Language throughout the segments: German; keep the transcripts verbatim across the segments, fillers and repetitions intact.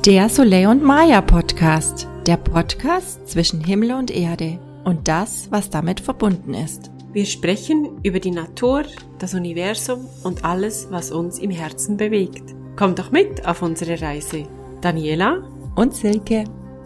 Der Soleil und Maya Podcast, der Podcast zwischen Himmel und Erde und das, was damit verbunden ist. Wir sprechen über die Natur, das Universum und alles, was uns im Herzen bewegt. Kommt doch mit auf unsere Reise. Daniela und Silke.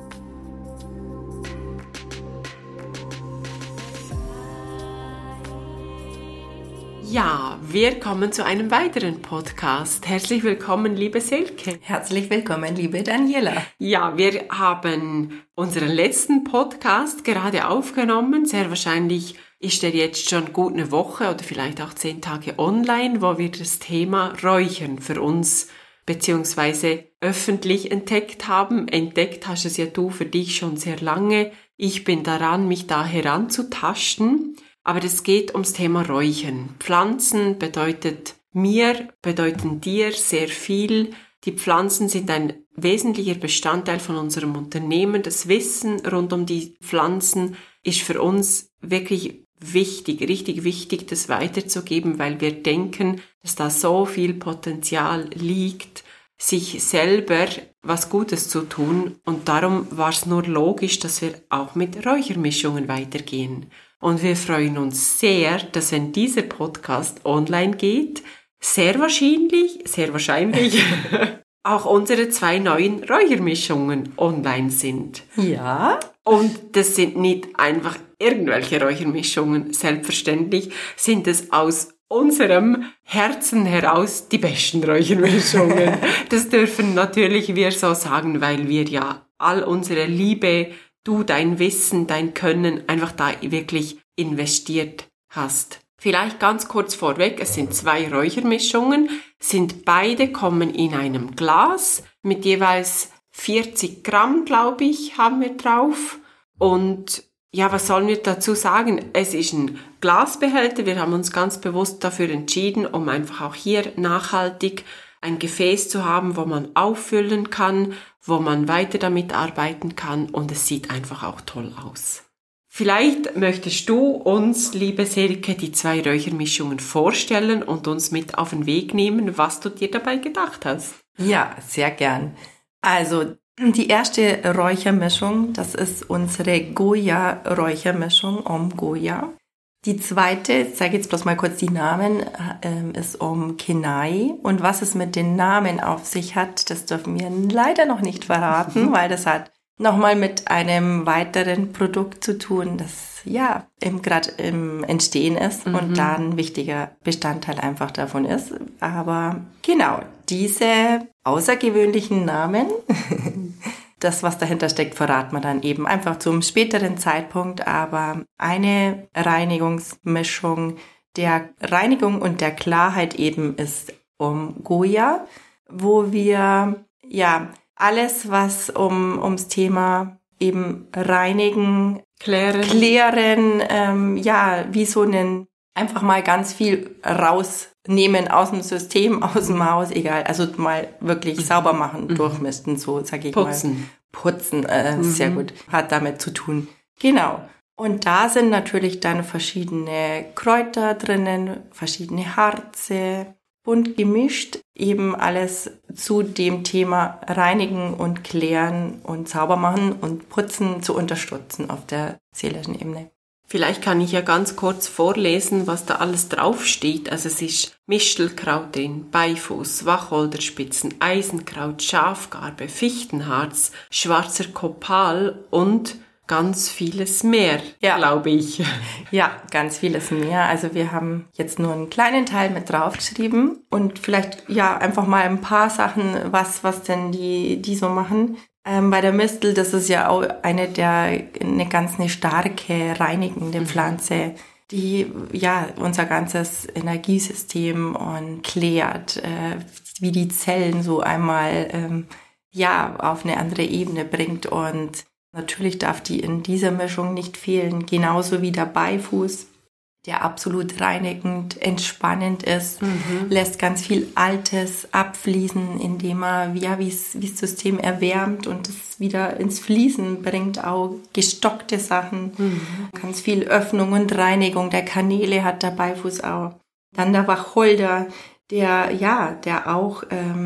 Ja, wir kommen zu einem weiteren Podcast. Herzlich willkommen, liebe Silke. Herzlich willkommen, liebe Daniela. Ja, wir haben unseren letzten Podcast gerade aufgenommen. Sehr wahrscheinlich ist er jetzt schon gut eine Woche oder vielleicht auch zehn Tage online, wo wir das Thema Räuchern für uns beziehungsweise öffentlich entdeckt haben. Entdeckt hast es ja du für dich schon sehr lange. Ich bin daran, mich da heranzutasten. Aber es geht ums Thema Räuchern. Pflanzen bedeutet mir, bedeuten dir sehr viel. Die Pflanzen sind ein wesentlicher Bestandteil von unserem Unternehmen. Das Wissen rund um die Pflanzen ist für uns wirklich wichtig, richtig wichtig, das weiterzugeben, weil wir denken, dass da so viel Potenzial liegt, sich selber was Gutes zu tun. Und darum war es nur logisch, dass wir auch mit Räuchermischungen weitergehen. Und wir freuen uns sehr, dass wenn dieser Podcast online geht, sehr wahrscheinlich, sehr wahrscheinlich auch unsere zwei neuen Räuchermischungen online sind. Ja. Und das sind nicht einfach irgendwelche Räuchermischungen. Selbstverständlich sind es aus unserem Herzen heraus die besten Räuchermischungen. Das dürfen natürlich wir so sagen, weil wir ja all unsere Liebe, du dein Wissen, dein Können einfach da wirklich investiert hast. Vielleicht ganz kurz vorweg, es sind zwei Räuchermischungen, sind beide kommen in einem Glas mit jeweils vierzig Gramm, glaube ich, haben wir drauf. Und ja, was sollen wir dazu sagen? Es ist ein Glasbehälter, wir haben uns ganz bewusst dafür entschieden, um einfach auch hier nachhaltig ein Gefäß zu haben, wo man auffüllen kann, wo man weiter damit arbeiten kann und es sieht einfach auch toll aus. Vielleicht möchtest du uns, liebe Silke, die zwei Räuchermischungen vorstellen und uns mit auf den Weg nehmen, was du dir dabei gedacht hast. Ja, sehr gern. Also die erste Räuchermischung, das ist unsere Goya-Räuchermischung Om Goya. Die zweite, ich sage jetzt bloß mal kurz die Namen, äh, ist Om Kenai. Und was es mit den Namen auf sich hat, das dürfen wir leider noch nicht verraten, weil das hat nochmal mit einem weiteren Produkt zu tun, das ja gerade im Entstehen ist mhm. und da ein wichtiger Bestandteil einfach davon ist. Aber genau, diese außergewöhnlichen Namen, das, was dahinter steckt, verraten wir dann eben einfach zum späteren Zeitpunkt. Aber eine Reinigungsmischung der Reinigung und der Klarheit eben ist Om Goya, wo wir ja alles, was um ums Thema eben reinigen, klären, klären ähm, ja, wie so einen einfach mal ganz viel rausnehmen aus dem System, aus dem Haus, egal, also mal wirklich mhm. sauber machen, mhm. durchmisten, so sage ich Putzen. mal. Putzen. äh, mhm. Sehr gut, hat damit zu tun. Genau. Und da sind natürlich dann verschiedene Kräuter drinnen, verschiedene Harze, bunt gemischt, eben alles zu dem Thema Reinigen und Klären und sauber machen und Putzen zu unterstützen auf der seelischen Ebene. Vielleicht kann ich ja ganz kurz vorlesen, was da alles draufsteht. Also es ist Mistelkraut drin, Beifuß, Wacholderspitzen, Eisenkraut, Schafgarbe, Fichtenharz, schwarzer Kopal und ganz vieles mehr, ja. glaube ich. Ja, ganz vieles mehr. Also wir haben jetzt nur einen kleinen Teil mit draufgeschrieben und vielleicht ja einfach mal ein paar Sachen, was was denn die die so machen. Ähm, bei der Mistel, das ist ja auch eine der eine ganz eine starke reinigende mhm. Pflanze, die ja unser ganzes Energiesystem und klärt, äh, wie die Zellen so einmal ähm, ja auf eine andere Ebene bringt. Und natürlich darf die in dieser Mischung nicht fehlen, genauso wie der Beifuß, der absolut reinigend, entspannend ist, mhm. lässt ganz viel Altes abfließen, indem er ja, wie das System erwärmt und es wieder ins Fließen bringt, auch gestockte Sachen, mhm. ganz viel Öffnung und Reinigung der Kanäle hat der Beifuß auch. Dann der Wacholder, der ja, der auch ähm,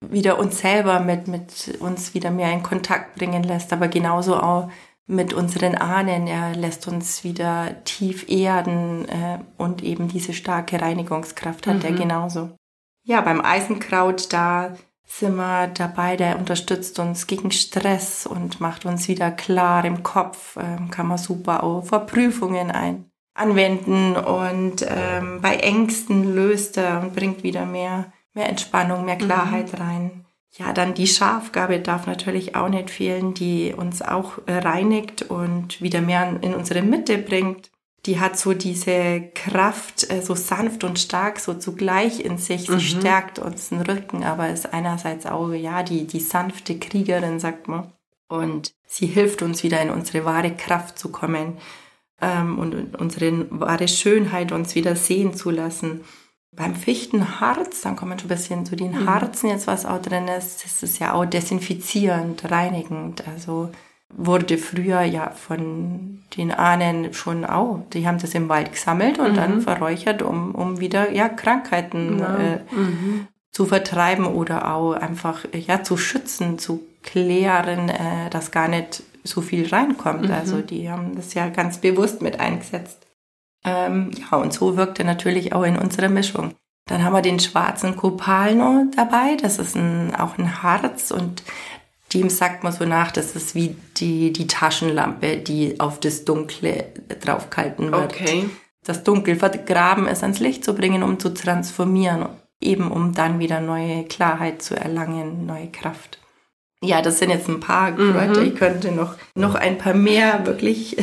wieder uns selber mit, mit uns wieder mehr in Kontakt bringen lässt, aber genauso auch mit unseren Ahnen. Er lässt uns wieder tief erden äh, und eben diese starke Reinigungskraft hat mhm. er genauso. Ja, beim Eisenkraut, da sind wir dabei, der unterstützt uns gegen Stress und macht uns wieder klar im Kopf, ähm, kann man super auch vor Prüfungen ein, anwenden und ähm, bei Ängsten löst er und bringt wieder mehr, mehr Entspannung, mehr Klarheit mhm. rein. Ja, dann die Schafgabe darf natürlich auch nicht fehlen, die uns auch reinigt und wieder mehr in unsere Mitte bringt. Die hat so diese Kraft, so sanft und stark, so zugleich in sich. Sie mhm. stärkt uns den Rücken, aber ist einerseits auch, ja, die, die sanfte Kriegerin, sagt man. Und sie hilft uns wieder in unsere wahre Kraft zu kommen ähm, und unsere wahre Schönheit uns wieder sehen zu lassen. Beim Fichtenharz, dann kommen wir schon ein bisschen zu den Harzen jetzt, was auch drin ist. Das ist ja auch desinfizierend, reinigend. Also wurde früher ja von den Ahnen schon auch, die haben das im Wald gesammelt und mhm. dann verräuchert, um, um wieder ja Krankheiten ja. Äh, mhm. zu vertreiben oder auch einfach ja zu schützen, zu klären, äh, dass gar nicht so viel reinkommt. Mhm. Also die haben das ja ganz bewusst mit eingesetzt. Ähm, ja, und so wirkt er natürlich auch in unserer Mischung. Dann haben wir den schwarzen Copal noch dabei. Das ist ein, auch ein Harz und dem sagt man so nach, das ist wie die, die Taschenlampe, die auf das Dunkle draufgehalten wird. Okay. Das Dunkel vergraben ist ans Licht zu bringen, um zu transformieren, eben um dann wieder neue Klarheit zu erlangen, neue Kraft. Ja, das sind jetzt ein paar Kräuter. Mhm. Ich könnte noch, noch ein paar mehr wirklich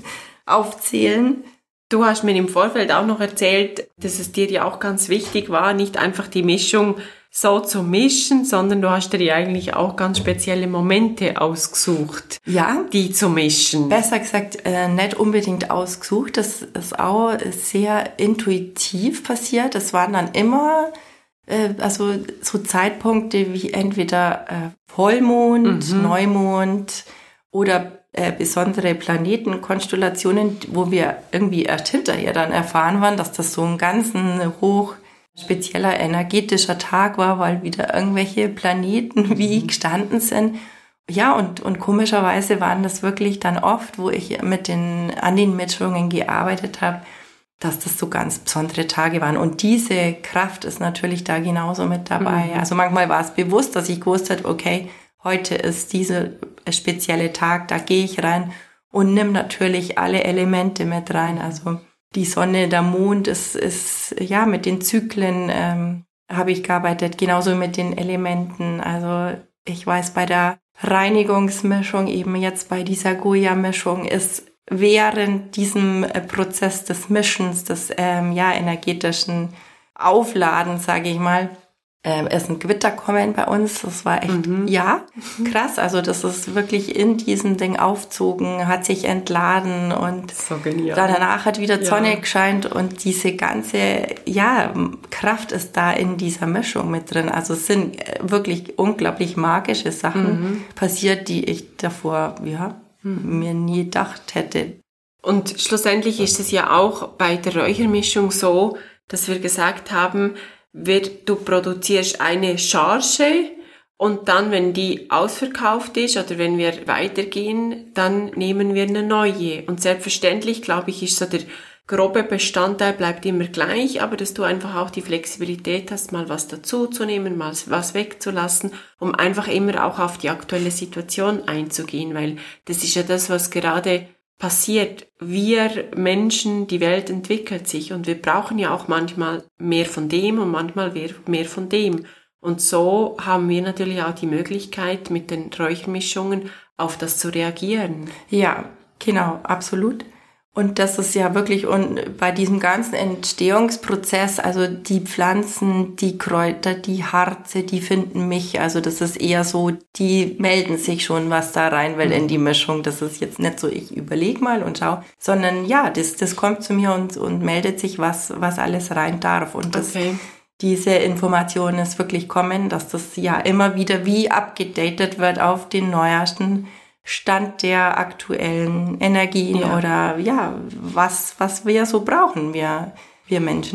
aufzählen. Du hast mir im Vorfeld auch noch erzählt, dass es dir ja auch ganz wichtig war, nicht einfach die Mischung so zu mischen, sondern du hast dir ja eigentlich auch ganz spezielle Momente ausgesucht, ja, die zu mischen. Besser gesagt, äh, nicht unbedingt ausgesucht. Das ist auch sehr intuitiv passiert. Es waren dann immer äh, also so Zeitpunkte wie entweder äh, Vollmond, mhm. Neumond oder Äh, besondere Planetenkonstellationen, wo wir irgendwie erst hinterher dann erfahren waren, dass das so ein ganz hoch spezieller energetischer Tag war, weil wieder irgendwelche Planeten wie gestanden sind. Ja, und, und komischerweise waren das wirklich dann oft, wo ich mit den, an den Mischungen gearbeitet habe, dass das so ganz besondere Tage waren. Und diese Kraft ist natürlich da genauso mit dabei. Mhm. Also manchmal war es bewusst, dass ich gewusst habe, okay, heute ist dieser spezielle Tag, da gehe ich rein und nimm natürlich alle Elemente mit rein. Also die Sonne, der Mond, ist, ist ja mit den Zyklen ähm, habe ich gearbeitet, genauso mit den Elementen. Also ich weiß, bei der Reinigungsmischung, eben jetzt bei dieser Goya-Mischung, ist während diesem Prozess des Mischens, des ähm, ja energetischen Aufladens, sage ich mal, Ähm, ist ein Gewitter kommen bei uns. Das war echt, mhm. ja, krass. Also das ist wirklich in diesem Ding aufzogen, hat sich entladen und so genial. Danach hat wieder Sonne ja. gescheint und diese ganze, ja, Kraft ist da in dieser Mischung mit drin. Also es sind wirklich unglaublich magische Sachen mhm. passiert, die ich davor, ja, mhm. mir nie gedacht hätte. Und schlussendlich ist es ja auch bei der Räuchermischung so, dass wir gesagt haben, wird, du produzierst eine Charge und dann, wenn die ausverkauft ist oder wenn wir weitergehen, dann nehmen wir eine neue. Und selbstverständlich, glaube ich, ist so der grobe Bestandteil bleibt immer gleich, aber dass du einfach auch die Flexibilität hast, mal was dazuzunehmen, mal was wegzulassen, um einfach immer auch auf die aktuelle Situation einzugehen, weil das ist ja das, was gerade passiert. Wir Menschen, die Welt entwickelt sich und wir brauchen ja auch manchmal mehr von dem und manchmal mehr von dem. Und so haben wir natürlich auch die Möglichkeit, mit den Räuchermischungen auf das zu reagieren. Ja, genau, absolut. Und das ist ja wirklich, und bei diesem ganzen Entstehungsprozess, also die Pflanzen, die Kräuter, die Harze, die finden mich, also das ist eher so, die melden sich schon, was da rein will in die Mischung. Das ist jetzt nicht so, ich überlege mal und schau, sondern ja, das, das kommt zu mir und, und meldet sich, was, was alles rein darf. Und das, okay. diese Information ist wirklich kommen, dass das ja immer wieder wie abgedatet wird auf den neuesten Stand der aktuellen Energien ja. oder ja, was was wir so brauchen, wir wir Menschen.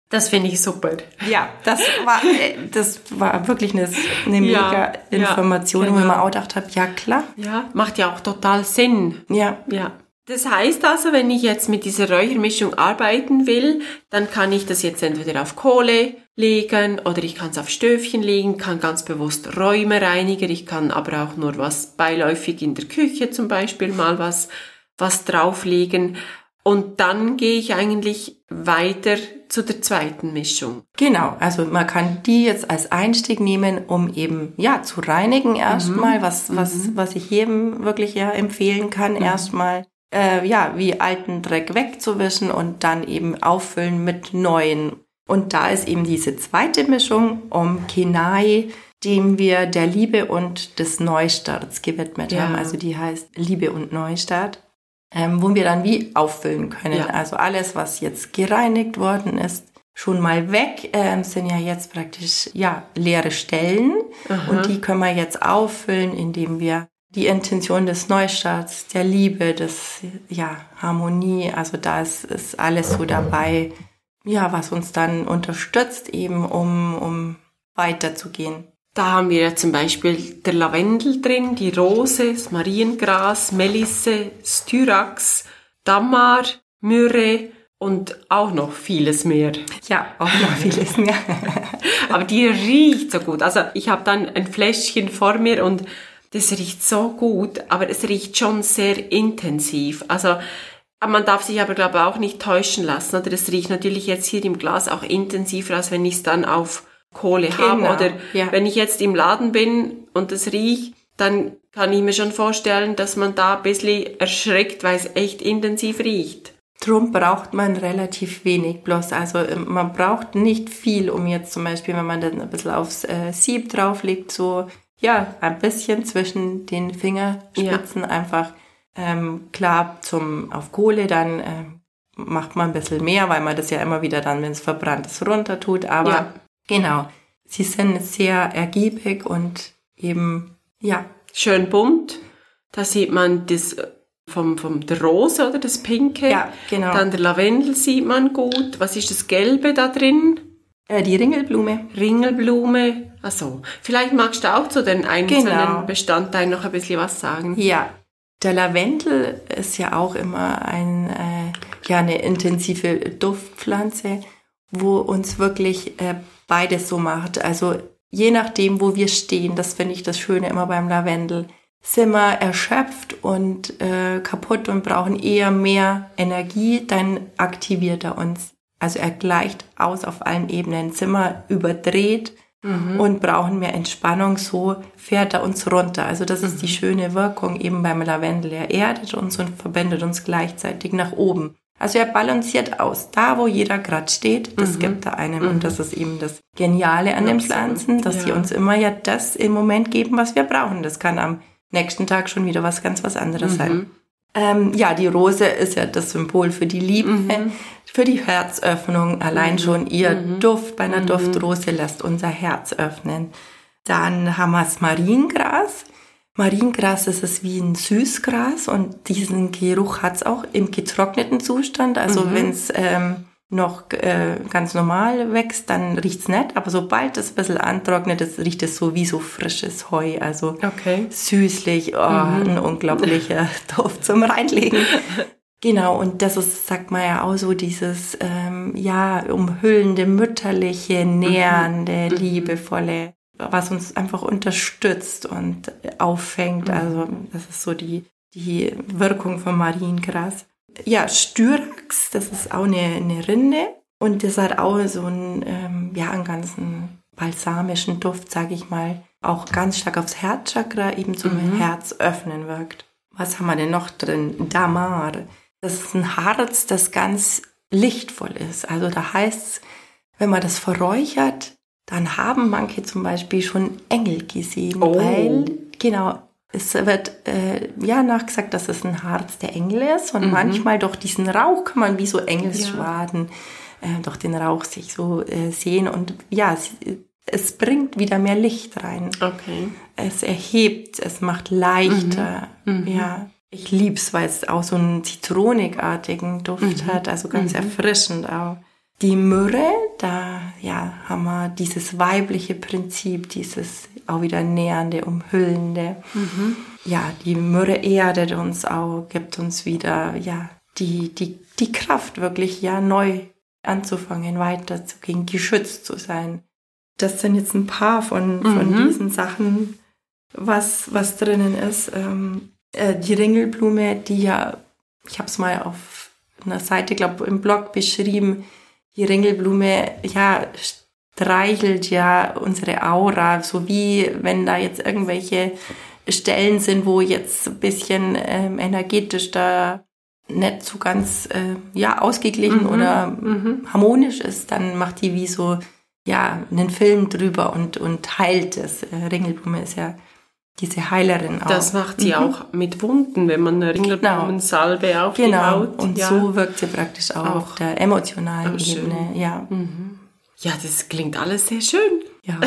Das finde ich super. Ja, das war, das war wirklich eine, eine mega ja, Information, ja, genau. wo ich mir auch gedacht habe, ja klar. Ja, macht ja auch total Sinn. Ja. Ja. Das heißt also, wenn ich jetzt mit dieser Räuchermischung arbeiten will, dann kann ich das jetzt entweder auf Kohle legen oder ich kann es auf Stöfchen legen, kann ganz bewusst Räume reinigen, ich kann aber auch nur was beiläufig in der Küche zum Beispiel mal was, was drauflegen. Und dann gehe ich eigentlich weiter zu der zweiten Mischung. Genau, also man kann die jetzt als Einstieg nehmen, um eben ja zu reinigen erstmal, mhm. was was mhm. was ich jedem wirklich ja empfehlen kann, mhm. erstmal äh, ja wie alten Dreck wegzuwischen und dann eben auffüllen mit neuen. Und da ist eben diese zweite Mischung um Kenai, dem wir der Liebe und des Neustarts gewidmet ja. haben. Also die heißt Liebe und Neustart. Ähm, wo wir dann wie auffüllen können. Ja. Also alles, was jetzt gereinigt worden ist, schon mal weg, ähm, sind ja jetzt praktisch ja leere Stellen. Aha. Und die können wir jetzt auffüllen, indem wir die Intention des Neustarts, der Liebe, des ja Harmonie, also da ist, ist alles so dabei, ja, was uns dann unterstützt, eben um um weiterzugehen. Da haben wir ja zum Beispiel der Lavendel drin, die Rose, das Mariengras, Melisse, Styrax, Dammar, Myrrhe und auch noch vieles mehr. Ja, auch noch vieles mehr. Aber die riecht so gut. Also ich habe dann ein Fläschchen vor mir und das riecht so gut, aber es riecht schon sehr intensiv. Also man darf sich aber, glaube ich, auch nicht täuschen lassen. Oder es riecht natürlich jetzt hier im Glas auch intensiver, als wenn ich es dann auf Kohle genau, haben oder ja. wenn ich jetzt im Laden bin und es riecht, dann kann ich mir schon vorstellen, dass man da ein bisschen erschreckt, weil es echt intensiv riecht. Drum braucht man relativ wenig bloß, also man braucht nicht viel, um jetzt zum Beispiel, wenn man dann ein bisschen aufs äh, Sieb drauflegt, so ja, ein bisschen zwischen den Fingerspitzen ja. einfach ähm, klar zum auf Kohle, dann äh, macht man ein bisschen mehr, weil man das ja immer wieder dann, wenn es verbrannt ist, runter tut, aber ja. Genau. Sie sind sehr ergiebig und eben, ja. Schön bunt. Da sieht man das vom, vom der Rose oder das Pinke. Ja, genau. Dann der Lavendel sieht man gut. Was ist das Gelbe da drin? Äh, die Ringelblume. Ringelblume. Ach so. Vielleicht magst du auch zu den einzelnen genau. Bestandteilen noch ein bisschen was sagen. Ja. Der Lavendel ist ja auch immer ein, äh, ja, eine intensive Duftpflanze, wo uns wirklich äh, beides so macht. Also je nachdem, wo wir stehen, das finde ich das Schöne immer beim Lavendel, sind wir erschöpft und äh, kaputt und brauchen eher mehr Energie, dann aktiviert er uns. Also er gleicht aus auf allen Ebenen. Sind wir überdreht mhm. und brauchen mehr Entspannung, so fährt er uns runter. Also das mhm. ist die schöne Wirkung eben beim Lavendel. Er erdet uns und verbindet uns gleichzeitig nach oben. Also er balanciert aus. Da, wo jeder gerade steht, das mhm. gibt er einem. Mhm. Und das ist eben das Geniale an den Pflanzen, dass ja. sie uns immer ja das im Moment geben, was wir brauchen. Das kann am nächsten Tag schon wieder was ganz was anderes mhm. sein. Ähm, ja, die Rose ist ja das Symbol für die Liebe, mhm. für die Herzöffnung. Allein mhm. schon ihr mhm. Duft bei einer mhm. Duftrose lässt unser Herz öffnen. Dann haben wir das Mariengras. Mariengras ist es wie ein Süßgras und diesen Geruch hat es auch im getrockneten Zustand. Also mhm. wenn es ähm, noch äh, ganz normal wächst, dann riecht es nicht. Aber sobald es ein bisschen antrocknet, das riecht es so wie so frisches Heu. Also okay. süßlich, oh, mhm. ein unglaublicher Duft zum Reinlegen. Genau, und das ist, sagt man ja auch so, dieses ähm, ja umhüllende, mütterliche, nährende, mhm. liebevolle, was uns einfach unterstützt und auffängt. Mhm. Also das ist so die, die Wirkung von Mariengras. Ja, Styrax, das ist auch eine, eine Rinde und das hat auch so einen, ähm, ja, einen ganzen balsamischen Duft, sage ich mal, auch ganz stark aufs Herzchakra, eben zum mhm. Herzöffnen wirkt. Was haben wir denn noch drin? Dammar. Das ist ein Harz, das ganz lichtvoll ist. Also da heißt es, wenn man das verräuchert, dann haben manche zum Beispiel schon Engel gesehen, oh. weil, genau, es wird äh, ja nachgesagt, dass es ein Harz der Engel ist und mhm. manchmal durch diesen Rauch kann man wie so Engelsschwaden ja. äh, durch den Rauch sich so äh, sehen und ja, es, es bringt wieder mehr Licht rein. Okay. Es erhebt, es macht leichter, mhm. Mhm. ja. Ich lieb's, weil es auch so einen zitronigartigen Duft mhm. hat, also ganz mhm. erfrischend auch. Die Myrrhe, da ja, haben wir dieses weibliche Prinzip, dieses auch wieder nähernde, umhüllende. Mhm. Ja, die Myrrhe erdet uns auch, gibt uns wieder ja die, die, die Kraft, wirklich ja neu anzufangen, weiterzugehen, geschützt zu sein. Das sind jetzt ein paar von, mhm. von diesen Sachen, was, was drinnen ist. Ähm, äh, die Ringelblume, die ja, ich habe es mal auf einer Seite, glaube im Blog beschrieben, die Ringelblume, ja, streichelt ja unsere Aura, so wie wenn da jetzt irgendwelche Stellen sind, wo jetzt ein bisschen ähm, energetisch da nicht so ganz äh, ja, ausgeglichen mhm. oder mhm. harmonisch ist, dann macht die wie so ja, einen Film drüber und, und heilt es. Äh, Ringelblume ist ja diese Heilerin auch. Das macht sie mhm. auch mit Wunden, wenn man eine Ringelblumensalbe genau. auf genau. die Haut... Und ja. so wirkt sie praktisch auch, auch. auf der emotionalen oh, Ebene. Ja. Mhm. ja, das klingt alles sehr schön. Ja.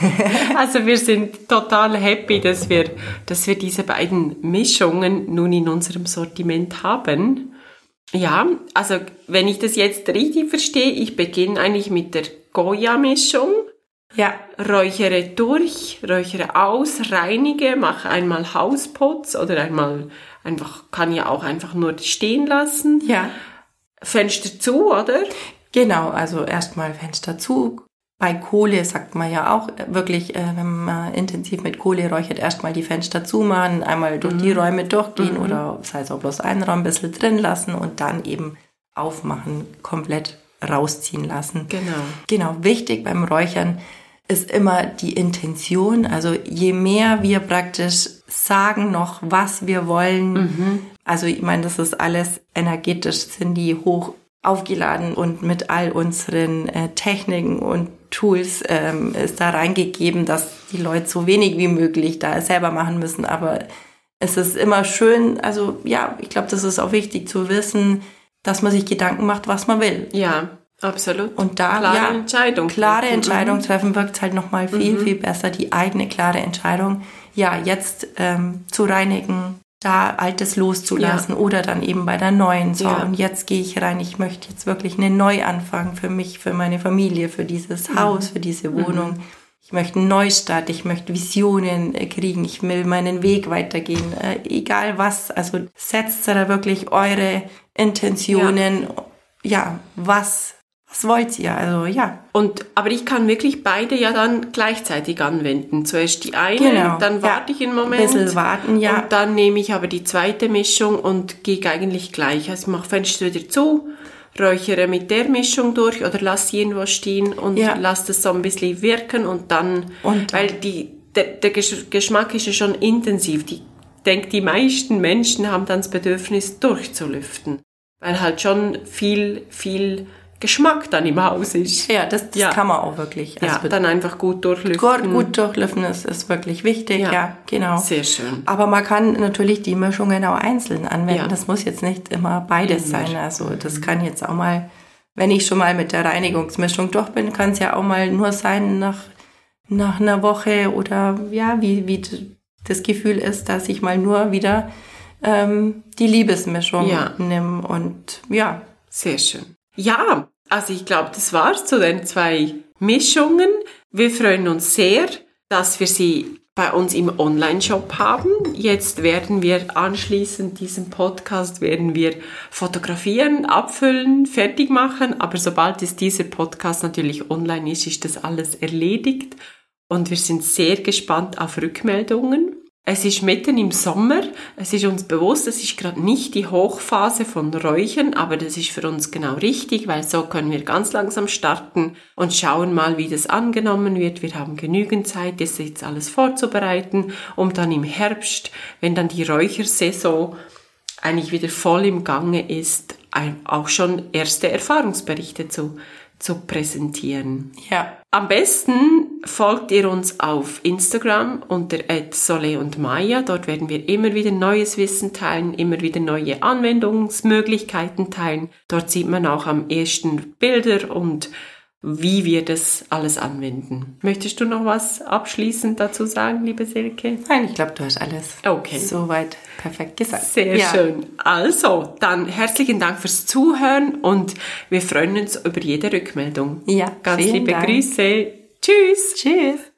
Also wir sind total happy, dass wir, dass wir diese beiden Mischungen nun in unserem Sortiment haben. Ja, also wenn ich das jetzt richtig verstehe, ich beginne eigentlich mit der Goya-Mischung. Ja. Räuchere durch, räuchere aus, reinige, mache einmal Hausputz oder einmal einfach, kann ja auch einfach nur stehen lassen. Ja. Fenster zu, oder? Genau, also erstmal Fenster zu. Bei Kohle sagt man ja auch wirklich, äh, wenn man intensiv mit Kohle räuchert, erstmal die Fenster zumachen, einmal durch mhm. die Räume durchgehen mhm. oder sei es auch bloß einen Raum ein bisschen drin lassen und dann eben aufmachen, komplett rausziehen lassen. Genau. Genau, wichtig beim Räuchern ist immer die Intention. Also je mehr wir praktisch sagen noch, was wir wollen, mhm. also ich meine, das ist alles energetisch, sind die hoch aufgeladen und mit all unseren äh, Techniken und Tools ähm, ist da reingegeben, dass die Leute so wenig wie möglich da selber machen müssen. Aber es ist immer schön, also ja, ich glaube, das ist auch wichtig zu wissen, dass man sich Gedanken macht, was man will. Ja, absolut. Und da klare ja, Entscheidung klare treffen. Entscheidung mhm. treffen wirkt halt nochmal viel, mhm. viel besser. Die eigene klare Entscheidung, ja, jetzt ähm, zu reinigen, da Altes loszulassen ja. oder dann eben bei der neuen. So, ja. und jetzt gehe ich rein, ich möchte jetzt wirklich einen Neuanfang für mich, für meine Familie, für dieses mhm. Haus, für diese Wohnung. Mhm. Ich möchte einen Neustart, ich möchte Visionen äh, kriegen, ich will meinen Weg weitergehen, äh, egal was. Also setzt da wirklich eure Intentionen, ja, ja was Was wollt ihr? Also, ja. Und, aber ich kann wirklich beide ja dann gleichzeitig anwenden. Zuerst die eine, genau. dann warte ja. ich einen Moment. Ein bisschen warten, ja. Und dann nehme ich aber die zweite Mischung und gehe eigentlich gleich. Also ich mache Fenster wieder zu, räuchere mit der Mischung durch oder lasse sie irgendwo stehen und ja. lasse das so ein bisschen wirken und dann, und weil die, der, der Geschmack ist ja schon intensiv. Ich denke, die meisten Menschen haben dann das Bedürfnis durchzulüften. Weil halt schon viel, viel Geschmack dann im Haus ist. Ja, das, das ja. kann man auch wirklich. Ja, also dann einfach gut durchlüften. Gut, gut durchlüften ist, ist wirklich wichtig, ja. ja, genau. Sehr schön. Aber man kann natürlich die Mischungen auch einzeln anwenden. Ja. Das muss jetzt nicht immer beides immer. sein. Also das kann jetzt auch mal, wenn ich schon mal mit der Reinigungsmischung durch bin, kann es ja auch mal nur sein nach, nach einer Woche oder ja, wie, wie das Gefühl ist, dass ich mal nur wieder ähm, die Liebesmischung ja. nehme und ja. Sehr schön. Ja, also ich glaube, das war's zu den zwei Mischungen. Wir freuen uns sehr, dass wir sie bei uns im Online-Shop haben. Jetzt werden wir anschließend diesen Podcast werden wir fotografieren, abfüllen, fertig machen. Aber sobald es dieser Podcast natürlich online ist, ist das alles erledigt. Und wir sind sehr gespannt auf Rückmeldungen. Es ist mitten im Sommer, es ist uns bewusst, es ist gerade nicht die Hochphase von Räuchern, aber das ist für uns genau richtig, weil so können wir ganz langsam starten und schauen mal, wie das angenommen wird. Wir haben genügend Zeit, das jetzt alles vorzubereiten, um dann im Herbst, wenn dann die Räuchersaison eigentlich wieder voll im Gange ist, auch schon erste Erfahrungsberichte zu zu präsentieren. Ja. Am besten folgt ihr uns auf Instagram unter at Soleil und Maya. Dort werden wir immer wieder neues Wissen teilen, immer wieder neue Anwendungsmöglichkeiten teilen. Dort sieht man auch am ehesten Bilder und wie wir das alles anwenden. Möchtest du noch was abschließend dazu sagen, liebe Silke? Nein, ich glaube, du hast alles okay. soweit perfekt gesagt. Sehr ja. schön. Also, dann herzlichen Dank fürs Zuhören und wir freuen uns über jede Rückmeldung. Ja, ganz liebe Dank. Grüße. Tschüss. Tschüss.